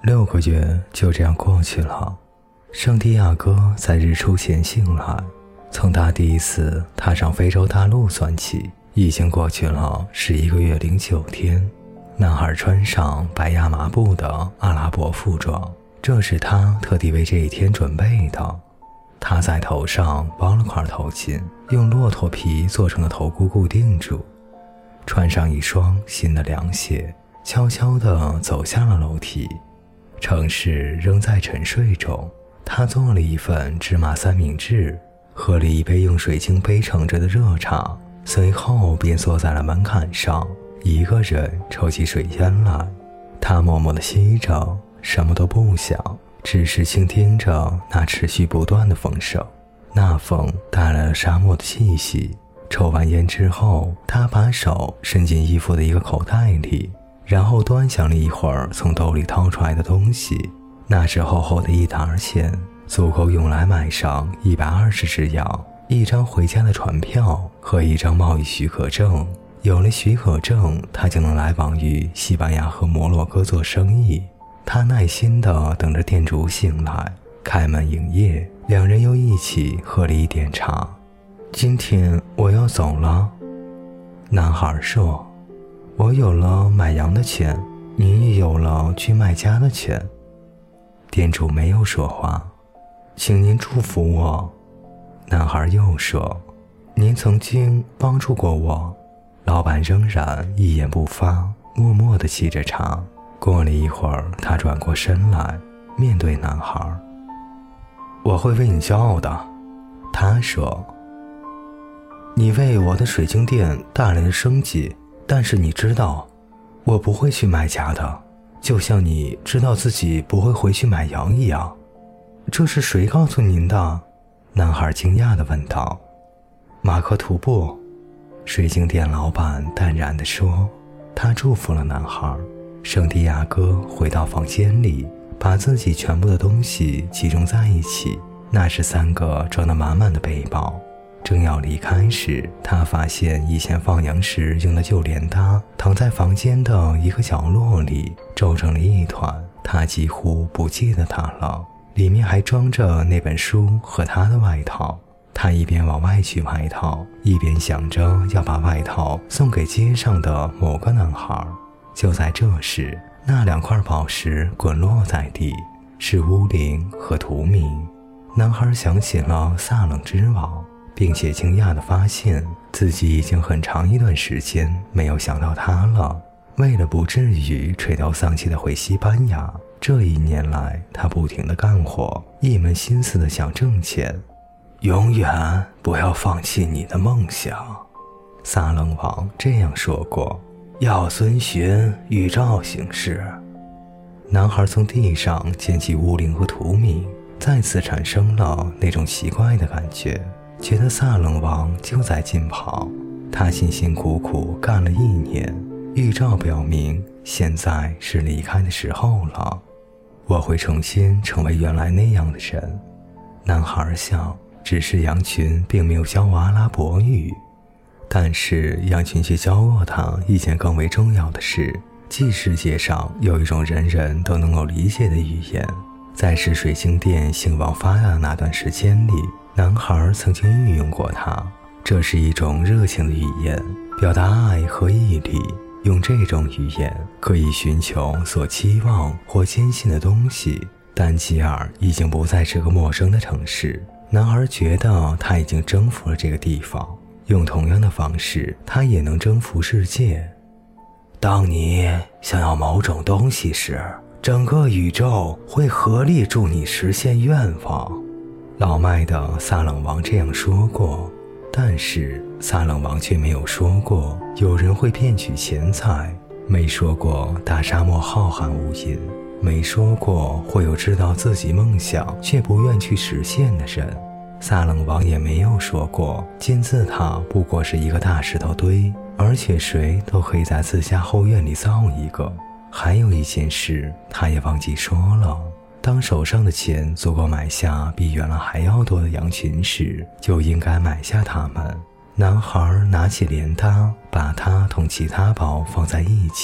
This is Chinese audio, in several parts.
6个月就这样过去了。圣地亚哥在日出前醒来，从他第一次踏上非洲大陆算起，已经过去了11个月09天。男孩穿上白亚麻布的阿拉伯服装，这是他特地为这一天准备的。他在头上包了块头巾，用骆驼皮做成的头箍固定住，穿上一双新的凉鞋，悄悄地走下了楼梯。城市仍在沉睡中，他做了一份芝麻三明治，喝了一杯用水晶杯盛着的热茶，随后便坐在了门槛上，一个人抽起水烟来。他默默地吸着，什么都不想，只是倾听着那持续不断的风声。那风带来了沙漠的气息。抽完烟之后，他把手伸进衣服的一个口袋里，然后端详了一会儿从兜里掏出来的东西。那是厚厚的一沓钱，足够用来买上120只羊、1张回家的船票和1张贸易许可证。有了许可证，他就能来往于西班牙和摩洛哥做生意。他耐心地等着店主醒来，开门营业。两人又一起喝了一点茶。今天我要走了，男孩说，我有了买羊的钱，您也有了去卖家的钱。店主没有说话。请您祝福我，男孩又说，您曾经帮助过我。老板仍然一言不发，默默地沏着茶。过了一会儿，他转过身来，面对男孩。我会为你骄傲的，他说。你为我的水晶店带来了生机，但是你知道，我不会去买家的，就像你知道自己不会回去买羊一样。这是谁告诉您的？男孩惊讶地问道。马克图布，水晶店老板淡然地说。他祝福了男孩。圣地亚哥回到房间里，把自己全部的东西集中在一起，那是3个装得满满的背包。正要离开时，他发现以前放羊时用的旧帘搭躺在房间的一个角落里，皱成了一团。他几乎不记得它了，里面还装着那本书和他的外套。他一边往外取外套，一边想着要把外套送给街上的某个男孩。就在这时，那2块宝石滚落在地，是乌灵和图明。男孩想起了萨冷之王，并且惊讶地发现自己已经很长一段时间没有想到他了。为了不至于垂头丧气地回西班牙，这1年来他不停地干活，一门心思地想挣钱。永远不要放弃你的梦想，萨冷王这样说过，要遵循宇宙行事。男孩从地上捡起乌灵和图明，再次产生了那种奇怪的感觉，觉得萨冷王就在近旁。他辛辛苦苦干了1年，预兆表明现在是离开的时候了。我会重新成为原来那样的人。男孩想，只是羊群并没有教我阿拉伯语，但是羊群却教过他一件更为重要的事，即世界上有一种人人都能够理解的语言。在使水晶店兴旺发达的那段时间里，男孩曾经运用过它。这是一种热情的语言，表达爱和毅力。用这种语言可以寻求所期望或坚信的东西。丹吉尔已经不再是个陌生的城市，男孩觉得他已经征服了这个地方，用同样的方式他也能征服世界。当你想要某种东西时，整个宇宙会合力助你实现愿望。老迈的萨冷王这样说过，但是萨冷王却没有说过有人会骗取钱财，没说过大沙漠浩瀚无垠，没说过会有知道自己梦想却不愿去实现的人。萨冷王也没有说过金字塔不过是一个大石头堆，而且谁都可以在自家后院里造一个。还有一件事他也忘记说了，当手上的钱足够买下比原来还要多的羊群时，就应该买下它们。男孩拿起镰刀，把它同其他包放在一起，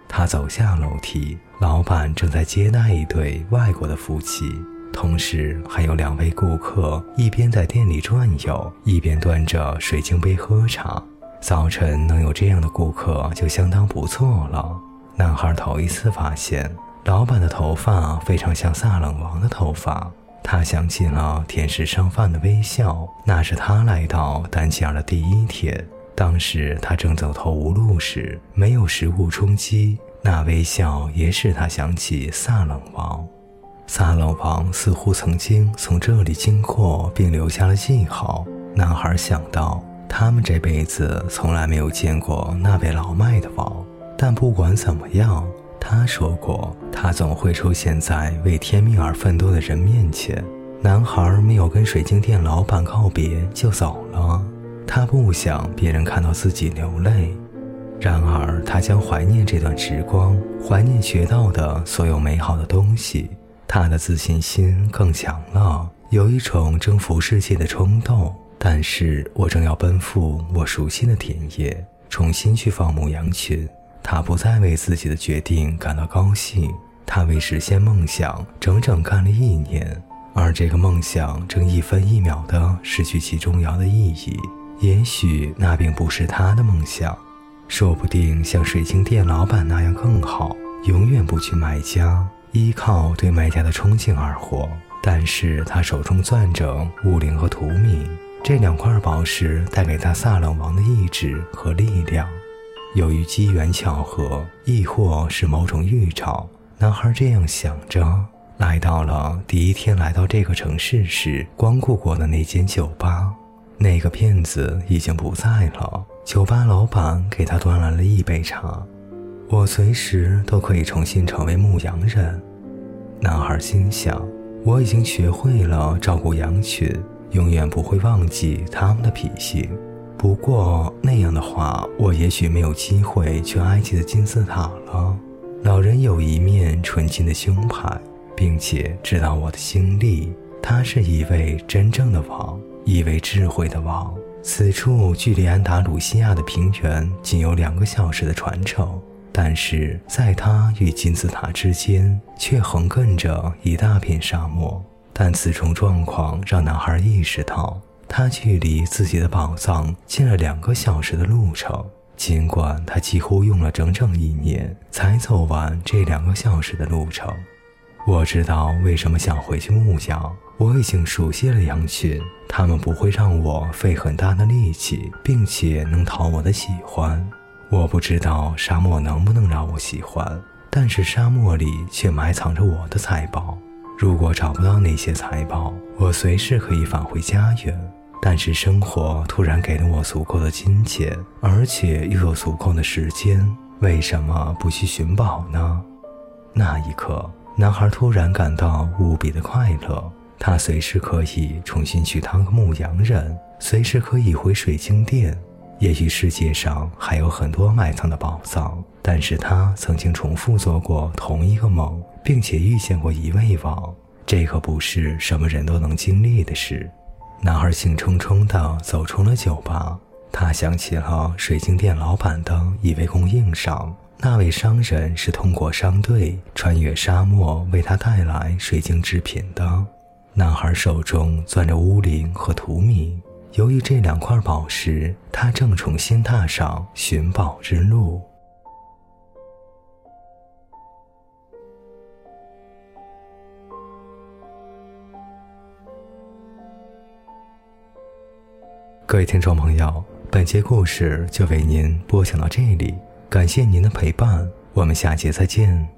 他走下楼梯，老板正在接待一对外国的夫妻，同时还有2位顾客一边在店里转悠，一边端着水晶杯喝茶。早晨能有这样的顾客就相当不错了。男孩头一次发现老板的头发非常像萨冷王的头发，他想起了甜食商贩的微笑，那是他来到丹吉尔的第1天。当时他正走投无路时，没有食物充饥，那微笑也使他想起萨冷王。萨冷王似乎曾经从这里经过并留下了记号。男孩想到他们这辈子从来没有见过那位老迈的王，但不管怎么样，他说过他总会出现在为天命而奋斗的人面前。男孩没有跟水晶店老板告别就走了，他不想别人看到自己流泪。然而他将怀念这段时光，怀念学到的所有美好的东西。他的自信心更强了，有一种征服世界的冲动。但是我正要奔赴我熟悉的田野，重新去放牧羊群。他不再为自己的决定感到高兴，他为实现梦想整整干了1年，而这个梦想正1分1秒地失去其重要的意义。也许那并不是他的梦想，说不定像水晶店老板那样更好，永远不去卖家，依靠对卖家的憧憬而活。但是他手中攥着物灵和图敏，这2块宝石带给他萨冷王的意志和力量。由于机缘巧合，亦或是某种预兆，男孩这样想着，来到了第1天来到这个城市时光顾过的那间酒吧。那个骗子已经不在了，酒吧老板给他端来了1杯茶。我随时都可以重新成为牧羊人，男孩心想，我已经学会了照顾羊群，永远不会忘记他们的脾性。不过那样的话，我也许没有机会去埃及的金字塔了。老人有一面纯净的胸牌，并且知道我的经历，他是一位真正的王，一位智慧的王。此处距离安达鲁西亚的平原仅有2个小时的船程，但是在他与金字塔之间却横亘着一大片沙漠。但此种状况让男孩意识到，他距离自己的宝藏近了2个小时的路程，尽管他几乎用了整整1年才走完这2个小时的路程。我知道为什么想回去牧羊，我已经熟悉了羊群，他们不会让我费很大的力气，并且能讨我的喜欢。我不知道沙漠能不能让我喜欢，但是沙漠里却埋藏着我的财宝。如果找不到那些财宝，我随时可以返回家园。但是生活突然给了我足够的金钱，而且又有足够的时间，为什么不去寻宝呢？那一刻，男孩突然感到无比的快乐。他随时可以重新去当个牧羊人，随时可以回水晶店。也许世界上还有很多埋藏的宝藏，但是他曾经重复做过同一个梦，并且遇见过一位王，这可不是什么人都能经历的事。男孩兴冲冲地走出了酒吧，他想起了水晶店老板的一位供应商，那位商人是通过商队穿越沙漠为他带来水晶制品的。男孩手中攥着乌灵和图敏，由于这2块宝石，他正重新踏上寻宝之路。各位听众朋友，本节故事就为您播讲到这里，感谢您的陪伴，我们下节再见。